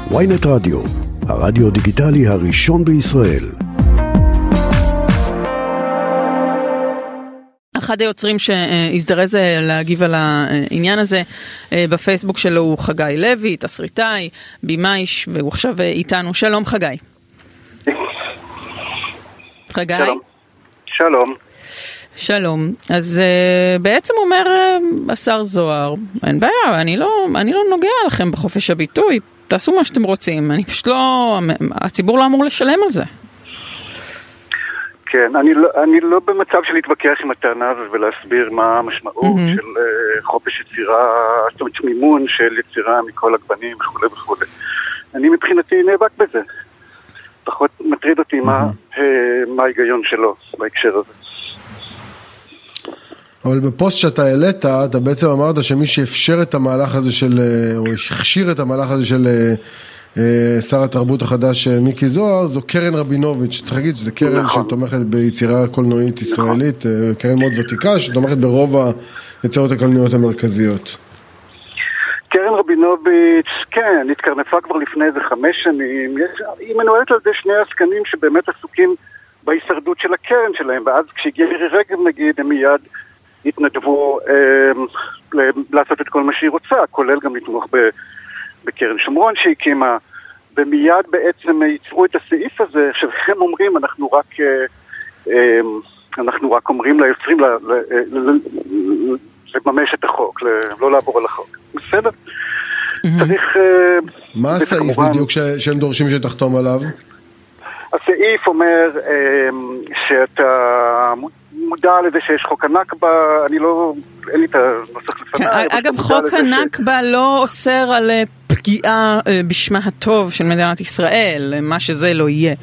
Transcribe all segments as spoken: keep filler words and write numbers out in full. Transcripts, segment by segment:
וויינט רדיו, הרדיו דיגיטלי הראשון בישראל. אחד היוצרים שהזדרז להגיב על העניין הזה בפייסבוק שלו הוא חגי לוי, תסריטאי, בימאי, והוא עכשיו איתנו. שלום חגי. חגי? שלום. שלום. שלום. אז uh, בעצם אומר uh, השר זוהר, אין בעיה, אני לא, אני לא נוגע לכם בחופש הביטוי, תעשו מה שאתם רוצים, אני פשוט לא, הציבור לא אמור לשלם על זה. כן, אני לא, אני לא במצב של להתווכח עם הטענה הזאת ולהסביר מה המשמעות mm-hmm. של uh, חופש יצירה, זאת אומרת מימון של יצירה מכל הגוונים וכו' וכו'. אני מבחינתי נאבק בזה. פחות מטריד אותי mm-hmm. מה, uh, מה ההיגיון שלו בהקשר הזה. אבל בפוסט שאתה העלית, אתה בעצם אמרת שמי שאפשר את המהלך הזה של, או הכשיר את המהלך הזה של שר התרבות החדש מיקי זוהר, זו קרן רבינוביץ'. צריך להגיד שזה קרן נכון. שתומכת ביצירה קולנועית ישראלית, נכון. קרן מאוד ותיקה, שתומכת ברוב היצירות הקולנועיות המרכזיות. קרן רבינוביץ', כן, התקרנפה כבר לפני איזה חמש שנים. יש, היא מנוהלת על זה שני עסקנים שבאמת עסוקים בהישרדות של הקרן שלהם, ואז כשהגיע מירי רגב נגיד, הם מיד התנדבו אה, לעשות את כל מה שהיא רוצה, כולל גם לתמוך ב, בקרן שומרון שהקימה, ומיד בעצם ייצרו את הסעיף הזה, שהם אומרים, אנחנו רק אה, אה, אנחנו רק אומרים ליוצרים ל, ל, ל, ל, לממש את החוק, ל, לא לעבור על החוק. בסדר? Mm-hmm. צריך... אה, מה הסעיף כמובן, בדיוק ש, שהם דורשים שתחתום עליו? הסעיף אומר אה, שאתה... מודע לזה שיש חוק הנכבה, אני לא, אין לי את הנוסח לפניי. אגב, חוק הנכבה לא אוסר על פגיעה בשמה הטוב של מדינת ישראל, מה שזה לא יהיה,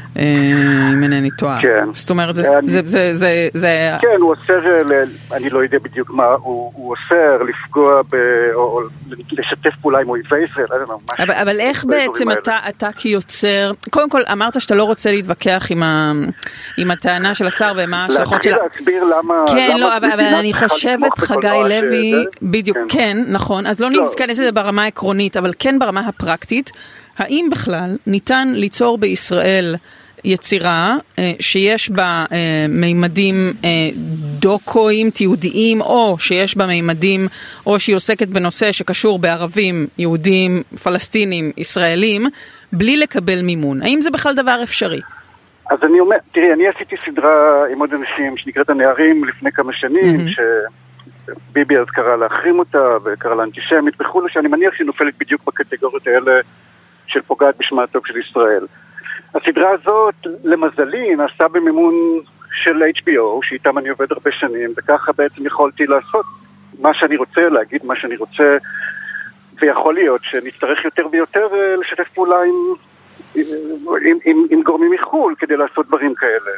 אם אינני טועה. כן. זאת אומרת, זה... כן, הוא אוסר, אני לא יודע בדיוק מה, הוא אוסר לפגוע או לשתף פעולה עם אויבי ישראל. אבל איך בעצם אתה כיוצר, קודם כל אמרת שאתה לא רוצה להתווכח עם הטענה של השר ומה ההשלכות שלה. להסביר למה... כן, לא, אבל אני חושבת, חגי לוי, בדיוק, כן, נכון, אז לא ניכנס לזה ברמה העקרונית, אבל כן ברמה הפרקטית, האם בכלל ניתן ליצור בישראל יצירה שיש בה מימדים דוקויים, תיעודיים, או שיש בה מימדים, או שהיא עוסקת בנושא שקשור בערבים, יהודים, פלסטינים, ישראלים, בלי לקבל מימון? האם זה בכלל דבר אפשרי? אז אני אומר, תראי, אני עשיתי סדרה עם עוד אנשים שנקראת הנערים לפני כמה שנים, שביבי אז קרא להחרים אותה, וקרא לאנטישמית וכו', שאני מניח שהיא נופלת בדיוק בקטגוריות האלה של פוגעת בשמה הטוב של ישראל. הסדרה הזאת, למזלי, נעשה במימון של אייץ' בי או, שאיתם אני עובד הרבה שנים, וככה בעצם יכולתי לעשות מה שאני רוצה, להגיד מה שאני רוצה, ויכול להיות שנצטרך יותר ויותר לשתף פעולה עם, עם, עם, עם, עם גורמים מחול כדי לעשות דברים כאלה.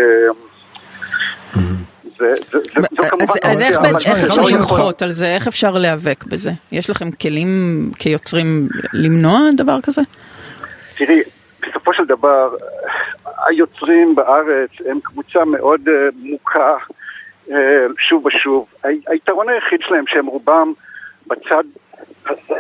זה, זה, זה, זו כמובן... אז איך אפשר למחות על זה? איך אפשר להיאבק בזה? יש לכם כלים כיוצרים למנוע דבר כזה? תראי, בסופו של דבר, היוצרים בארץ הם קבוצה מאוד uh, מוכה uh, שוב ושוב. היתרון היחיד שלהם שהם רובם בצד הזה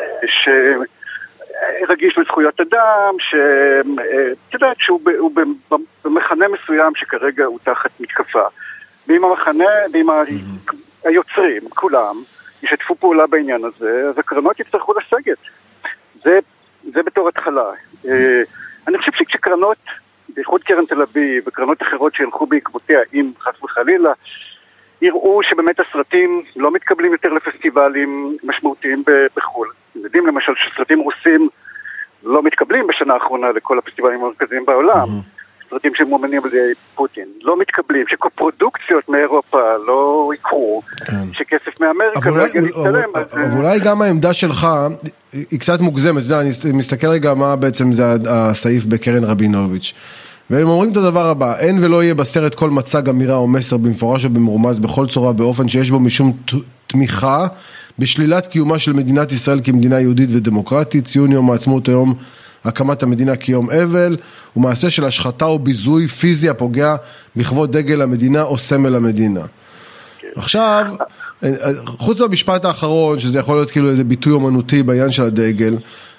שרגיש לזכויות אדם, שאתה יודעת שהוא במחנה מסוים שכרגע הוא תחת מתקפה. ואם המחנה, ואם mm-hmm. היוצרים, כולם, ישתפו פעולה בעניין הזה, אז הקרנות יצטרכו לסגת. זה, זה בתור התחלה. Uh, אני חושב שכשקרנות, בייחוד קרן תל אביב וקרנות אחרות שילכו בעקבותיה, אם חס וחלילה, יראו שבאמת הסרטים לא מתקבלים יותר לפסטיבלים משמעותיים בחו"ל. יודעים למשל שסרטים רוסים לא מתקבלים בשנה האחרונה לכל הפסטיבלים המרכזיים בעולם. Mm-hmm. סרטים שמואמנים על ידי פוטין לא מתקבלים, שקופרודוקציות מאירופה לא יקרו, כן. שכסף מאמריקה לא יגיע להצטלם. אבל אולי גם העמדה שלך היא קצת מוגזמת, אתה יודע, אני מסתכל רגע מה בעצם זה הסעיף בקרן רבינוביץ'. והם אומרים את הדבר הבא, אין ולא יהיה בסרט כל מצג, אמירה או מסר במפורש או במרומז בכל צורה באופן שיש בו משום תמיכה בשלילת קיומה של מדינת ישראל כמדינה יהודית ודמוקרטית, ציון יום העצמאות היום הקמת המדינה כיום אבל, ומעשה של השחתה או ביזוי פיזי הפוגע בכבוד דגל המדינה או סמל המדינה. עכשיו, חוץ מהמשפט האחרון, שזה יכול להיות כאילו איזה ביטוי אומנותי בעניין של הדגל,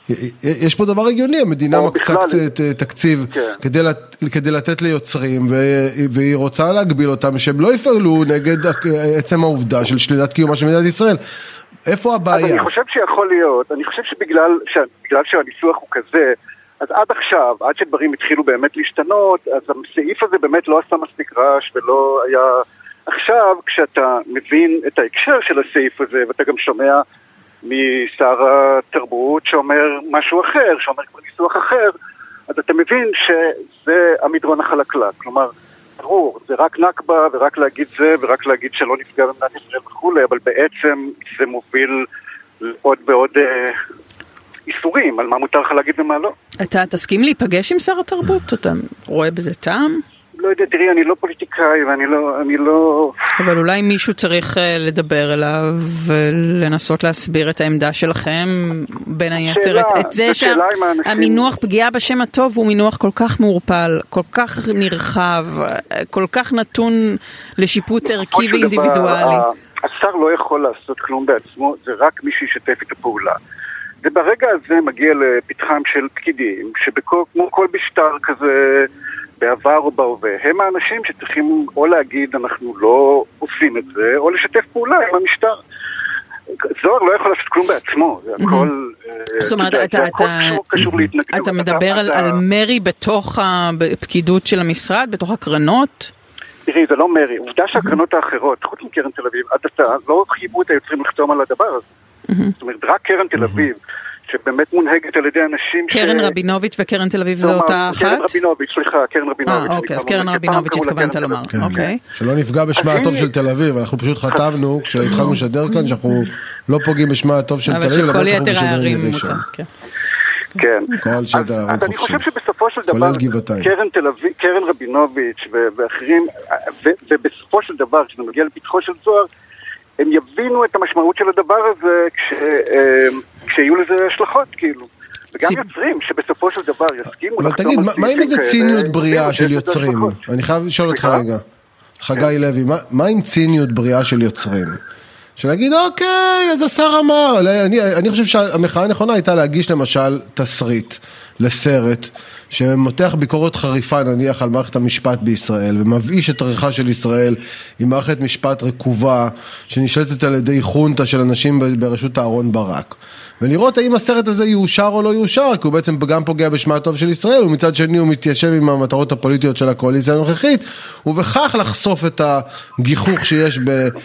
יש פה דבר הגיוני, המדינה מקצה תקציב כדי לתת ליוצרים, והיא רוצה להגביל אותם, שהם לא יפעלו נגד עצם העובדה של שלילת קיומה של מדינת ישראל. איפה הבעיה? אז אני חושב שיכול להיות, אני חושב שבגלל שהניסוח הוא כזה, אז עד עכשיו, עד שדברים התחילו באמת להשתנות, אז הסעיף הזה באמת לא עשה מספיק רעש ולא היה... עכשיו, כשאתה מבין את ההקשר של הסעיף הזה, ואתה גם שומע משר התרבות שאומר משהו אחר, שאומר כבר ניסוח אחר, אז אתה מבין שזה המדרון החלקלק. כלומר, ברור, זה רק נקבה ורק להגיד זה ורק להגיד שלא נפגע במדינת ישראל וכו', אבל בעצם זה מוביל עוד ועוד אה, איסורים על מה מותר לך להגיד ומה לא. אתה תסכים להיפגש עם שר התרבות? אתה רואה בזה טעם? לא יודע, תראי, אני לא פוליטיקאי ואני לא, אני לא... אבל אולי מישהו צריך לדבר אליו ולנסות להסביר את העמדה שלכם, בין היתר את זה שהמינוח פגיעה בשם הטוב הוא מינוח כל כך מעורפל, כל כך נרחב, כל כך נתון לשיפוט ערכי ואינדיבידואלי. השר לא יכול לעשות כלום בעצמו, זה רק מי שישתף את הפעולה. וברגע הזה מגיע לפתחם של פקידים, שכמו כל בשטר כזה... בעבר או בהווה, הם האנשים שצריכים או להגיד אנחנו לא עושים את זה, או לשתף פעולה עם המשטר. זוהר לא יכול לעשות כלום בעצמו, זה הכל... זאת אומרת, אתה מדבר על מרי בתוך הפקידות של המשרד, בתוך הקרנות? תראי, זה לא מרי, עובדה שהקרנות האחרות, חוץ מקרן תל אביב, עד עתה לא חייבו את היוצרים לחתום על הדבר הזה. זאת אומרת, רק קרן תל אביב, שבאמת מונהגת על ידי אנשים קרן רבינוביץ' וקרן תל אביב זה אותה אחת? קרן רבינוביץ', סליחה, קרן רבינוביץ'. אה, אוקיי, אז קרן רבינוביץ' התכוונת לומר, אוקיי. שלא נפגע בשמה הטוב של תל אביב, אנחנו פשוט חתמנו, כשהתחלנו לשדר כאן, שאנחנו לא פוגעים בשמה הטוב של תל אביב, אבל שכל יתר הערים מותר, כן. כן. אז אני חושב שבסופו של דבר, קרן תל אביב, קרן רבינוביץ' ואחרים, ובסופו של דבר, כשאתה מגיע לפתחו של זוהר, הם יבינו את המשמעות של הדבר הזה כש, כשיהיו לזה השלכות, כאילו. וגם יוצרים שבסופו של דבר יסכימו... אבל תגיד, מה עם איזה ציניות בריאה של יוצרים? אני חייב לשאול אותך רגע. חגי לוי, מה עם ציניות בריאה של יוצרים? שנגיד, אוקיי, אז השר אמר. אני חושב שהמחאה הנכונה הייתה להגיש למשל תסריט לסרט, שמותח ביקורת חריפה נניח על מערכת המשפט בישראל, ומבאיש את עריכה של ישראל עם מערכת משפט רקובה, שנשלטת על ידי חונטה של אנשים ברשות אהרון ברק. ולראות האם הסרט הזה יאושר או לא יאושר, כי הוא בעצם גם פוגע בשמה הטוב של ישראל, ומצד שני הוא מתיישב עם המטרות הפוליטיות של הקואליציה הנוכחית, ובכך לחשוף את הגיחוך שיש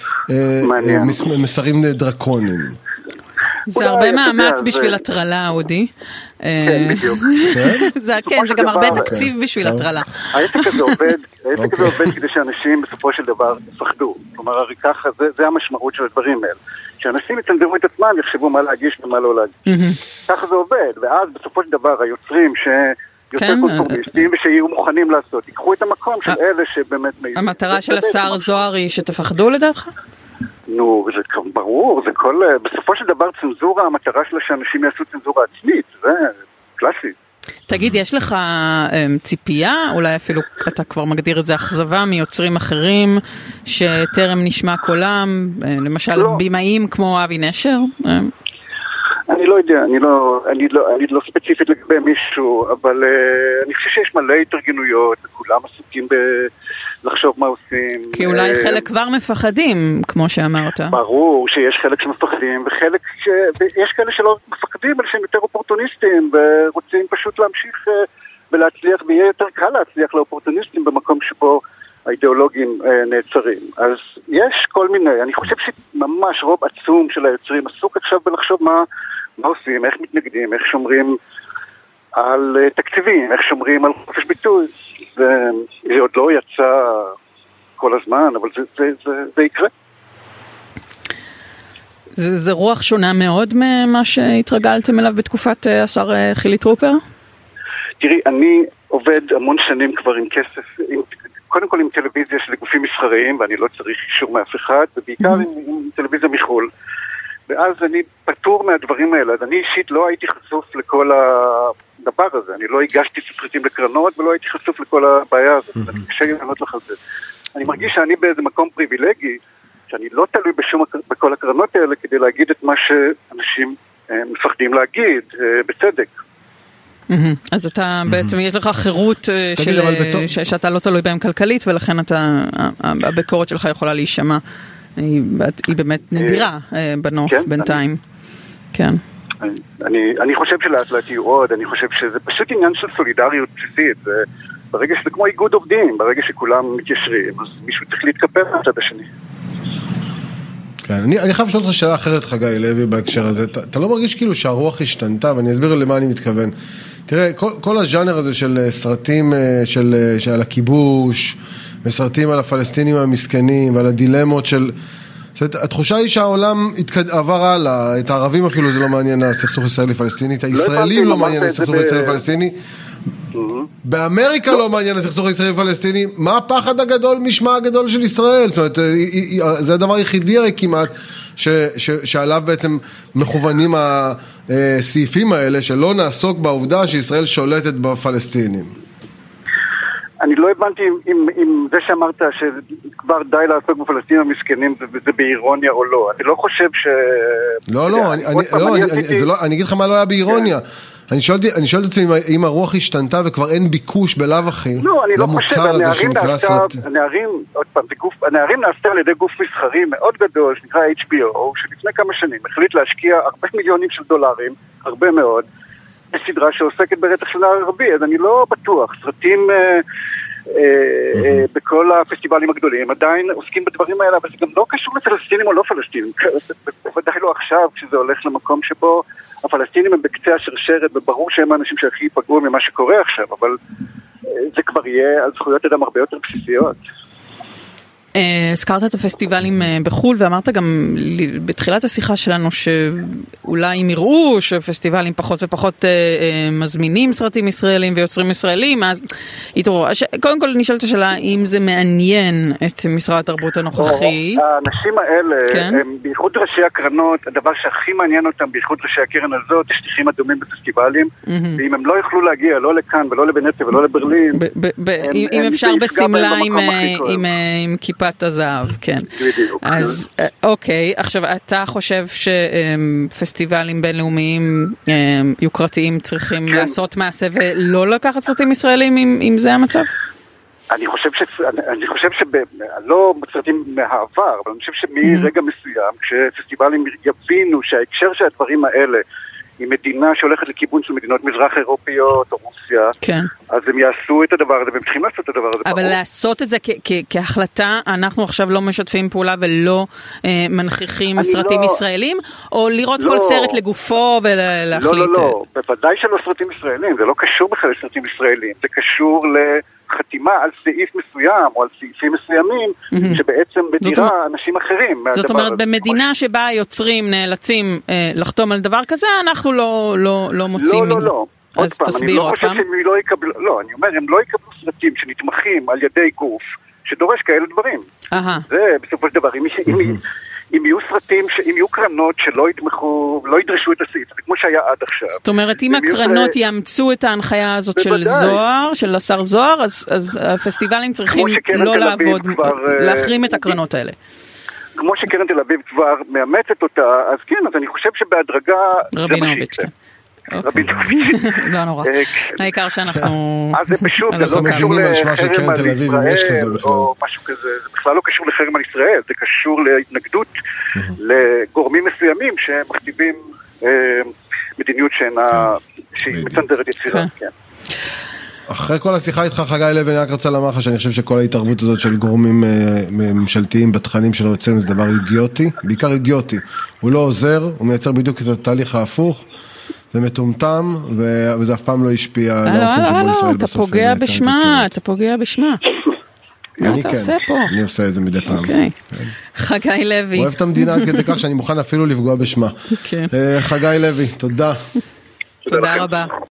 במסרים דרקוניים. זה הרבה מאמץ בשביל הטרלה, אודי. כן, בדיוק. כן, זה גם הרבה תקציב בשביל הטרלה. העסק הזה עובד, העסק הזה עובד כדי שאנשים בסופו של דבר יפחדו. כלומר, הרי ככה, זה המשמעות של הדברים האלה. שאנשים יצנזרו את עצמם, יחשבו מה להגיש ומה לא להגיש. ככה זה עובד, ואז בסופו של דבר היוצרים שיותר קונפורמיסטים ושיהיו מוכנים לעשות, ייקחו את המקום של אלה שבאמת... המטרה של השר זוהר היא שתפחדו לדעתך? נו, זה ברור, זה כל... בסופו של דבר צנזורה, המטרה שלה שאנשים יעשו צנזורה עצמית, זה קלאסי. תגיד, יש לך ציפייה, אולי אפילו אתה כבר מגדיר את זה אכזבה מיוצרים אחרים שטרם נשמע קולם, למשל בימאים כמו אבי נשר? אני לא יודע, אני לא, אני לא, אני לא ספציפית לגבי מישהו, אבל uh, אני חושב שיש מלא התארגנויות, וכולם עסוקים בלחשוב מה עושים. כי אולי uh, חלק כבר מפחדים, כמו שאמרת. ברור שיש חלק שמפחדים, וחלק ש... ויש כאלה שלא מפחדים, אבל שהם יותר אופורטוניסטים, ורוצים פשוט להמשיך uh, ולהצליח, ויהיה יותר קל להצליח לאופורטוניסטים במקום שבו האידיאולוגים uh, נעצרים. אז יש כל מיני, אני חושב שממש רוב עצום של היוצרים עסוק עכשיו בלחשוב מה... מה עושים, איך מתנגדים, איך שומרים על תקציבים, איך שומרים על חופש ביטוי. זה, זה עוד לא יצא כל הזמן, אבל זה, זה, זה, זה יקרה. זה, זה רוח שונה מאוד ממה שהתרגלתם אליו בתקופת השר חילי טרופר? תראי, אני עובד המון שנים כבר עם כסף, עם, קודם כל עם טלוויזיה של גופים מסחריים, ואני לא צריך אישור מאף אחד, ובעיקר עם, עם טלוויזיה מחול. ואז אני פטור מהדברים האלה, אז אני אישית לא הייתי חשוף לכל הדבר הזה, אני לא הגשתי ספריטים לקרנות ולא הייתי חשוף לכל הבעיה הזאת, אז אני קשה לענות לך על זה. אני מרגיש שאני באיזה מקום פריבילגי, שאני לא תלוי בשום, בכל הקרנות האלה כדי להגיד את מה שאנשים מפחדים להגיד, בצדק. אז אתה בעצם, יש לך חירות שאתה לא תלוי בהם כלכלית, ולכן הביקורת שלך יכולה להישמע. היא באמת נדירה בנוף בינתיים. כן. אני חושב שלאט לאט יהיו עוד, אני חושב שזה פשוט עניין של סולידריות בסיסית. ברגע שזה כמו איגוד עובדים, ברגע שכולם מתיישרים, אז מישהו צריך להתקפל מהצד השני. כן, אני, אני חייב לשאול אותך שאלה אחרת, חגי לוי, בהקשר הזה. אתה, אתה לא מרגיש כאילו שהרוח השתנתה, ואני אסביר למה אני מתכוון. תראה, כל, כל הז'אנר הזה של סרטים של, של הכיבוש, וסרטים על הפלסטינים המסכנים, ועל הדילמות של... זאת, התחושה היא שהעולם התקד... עבר הלאה, את הערבים אפילו זה לא מעניין הסכסוך ישראלי-פלסטיני, את הישראלים לא מעניין הסכסוך ישראלי-פלסטיני, באמריקה לא מעניין הסכסוך הישראלי-פלסטיני, מה הפחד הגדול משמע הגדול של ישראל? זאת אומרת, זה הדבר היחידי הרי כמעט ש, ש, שעליו בעצם מכוונים הסעיפים האלה, שלא נעסוק בעובדה שישראל שולטת בפלסטינים. אני לא הבנתי אם, אם זה שאמרת שכבר די לעסוק בפלסטינים המסכנים זה, זה באירוניה או לא. אני לא חושב ש... לא, לא, אני, אני, לא, אני, אני, זה לא, אני אגיד לך מה לא היה באירוניה. אני שואלתי, אני שואלת עצמי אם הרוח השתנתה וכבר אין ביקוש בלאו הכי למוצר הזה שנקרא סרט. הנערים, עוד פעם, הנערים נעשתה על ידי גוף מסחרי מאוד גדול שנקרא אייץ' בי או, שלפני כמה שנים החליט להשקיע הרבה מיליונים של דולרים, הרבה מאוד, בסדרה שעוסקת ברצח של נער ערבי, אז אני לא בטוח. סרטים אה, אה, אה, בכל הפסטיבלים הגדולים עדיין עוסקים בדברים האלה, אבל זה גם לא קשור לפלסטינים או לא פלסטינים. בוודאי לא עכשיו, כשזה הולך למקום שבו הפלסטינים הם בקצה השרשרת, וברור שהם האנשים שהכי ייפגעו ממה שקורה עכשיו, אבל אה, זה כבר יהיה על זכויות אדם הרבה יותר בסיסיות. הזכרת את הפסטיבלים בחול, ואמרת גם בתחילת השיחה שלנו שאולי הם יראו שפסטיבלים פחות ופחות מזמינים סרטים ישראלים ויוצרים ישראלים, אז יתראו. קודם כל נשאלת השאלה אם זה מעניין את משרד התרבות הנוכחי. האנשים האלה, הם בייחוד ראשי הקרנות, הדבר שהכי מעניין אותם בייחוד ראשי הקרן הזאת, יש שטיחים אדומים בפסטיבלים, ואם הם לא יוכלו להגיע לא לכאן ולא לוונציה ולא לברלין, אם אפשר בסמלה עם כיפה כיפת הזהב, כן. בדיוק. אז אוקיי, עכשיו אתה חושב שפסטיבלים בינלאומיים יוקרתיים צריכים לעשות מעשה ולא לקחת סרטים ישראלים אם זה המצב? אני חושב ש... אני חושב שלא סרטים מהעבר, אבל אני חושב שמרגע מסוים, כשפסטיבלים יבינו שההקשר של הדברים האלה היא מדינה שהולכת לכיוון של מדינות מזרח אירופיות או רוסיה, כן. אז הם יעשו את הדבר הזה, והם צריכים לעשות את הדבר הזה. אבל ברור. לעשות את זה כ- כ- כהחלטה, אנחנו עכשיו לא משתפים פעולה ולא אה, מנכיחים סרטים לא... ישראלים, או לראות לא... כל סרט לגופו ולהחליט? לא, לא, לא, בוודאי שלא סרטים ישראלים, זה לא קשור בכלל לסרטים ישראלים, זה קשור לחתימה על סעיף מסוים, או על סעיפים מסוימים, mm-hmm. שבעצם בדירה זאת... אנשים אחרים. זאת אומרת, במדינה שבה היוצרים נאלצים אה, לחתום על דבר כזה, אנחנו לא, לא, לא מוצאים... לא, לא, לא. אז תסביר עוד פעם. לא יקבלו, לא, אני אומר, הם לא יקבלו סרטים שנתמכים על ידי גוף שדורש כאלה דברים. זה בסופו של דבר, אם, אם, אם יהיו סרטים, אם יהיו קרנות שלא יתמכו, לא ידרשו את הסעיף, זה כמו שהיה עד עכשיו. זאת אומרת, אם הקרנות יאמצו את ההנחיה הזאת של זוהר, של השר זוהר, אז, אז הפסטיבלים צריכים לא לעבוד, להחרים את הקרנות האלה. כמו שקרן תל אביב כבר מאמצת אותה, אז כן, אז אני חושב שבהדרגה רבינוביץ', כן. לא נורא. העיקר שאנחנו... אז זה פשוט, זה לא קשור לחרם על ישראל או משהו כזה, זה בכלל לא קשור לחרם על ישראל, זה קשור להתנגדות לגורמים מסוימים שמכתיבים מדיניות שהיא מצנזרת יצירה. אחרי כל השיחה איתך, חגי לוי, אני רק רוצה לומר לך שאני חושב שכל ההתערבות הזאת של גורמים ממשלתיים בתכנים שלו יוצאים זה דבר אידיוטי, בעיקר אידיוטי. הוא לא עוזר, הוא מייצר בדיוק את התהליך ההפוך. זה מטומטם, וזה אף פעם לא השפיע על האופן שבו ישראל בסוף. אתה פוגע בשמה, אתה פוגע בשמה. אני כן, אני עושה את זה מדי פעם. חגי לוי. אוהב את המדינה עד כדי כך שאני מוכן אפילו לפגוע בשמה. חגי לוי, תודה. תודה רבה.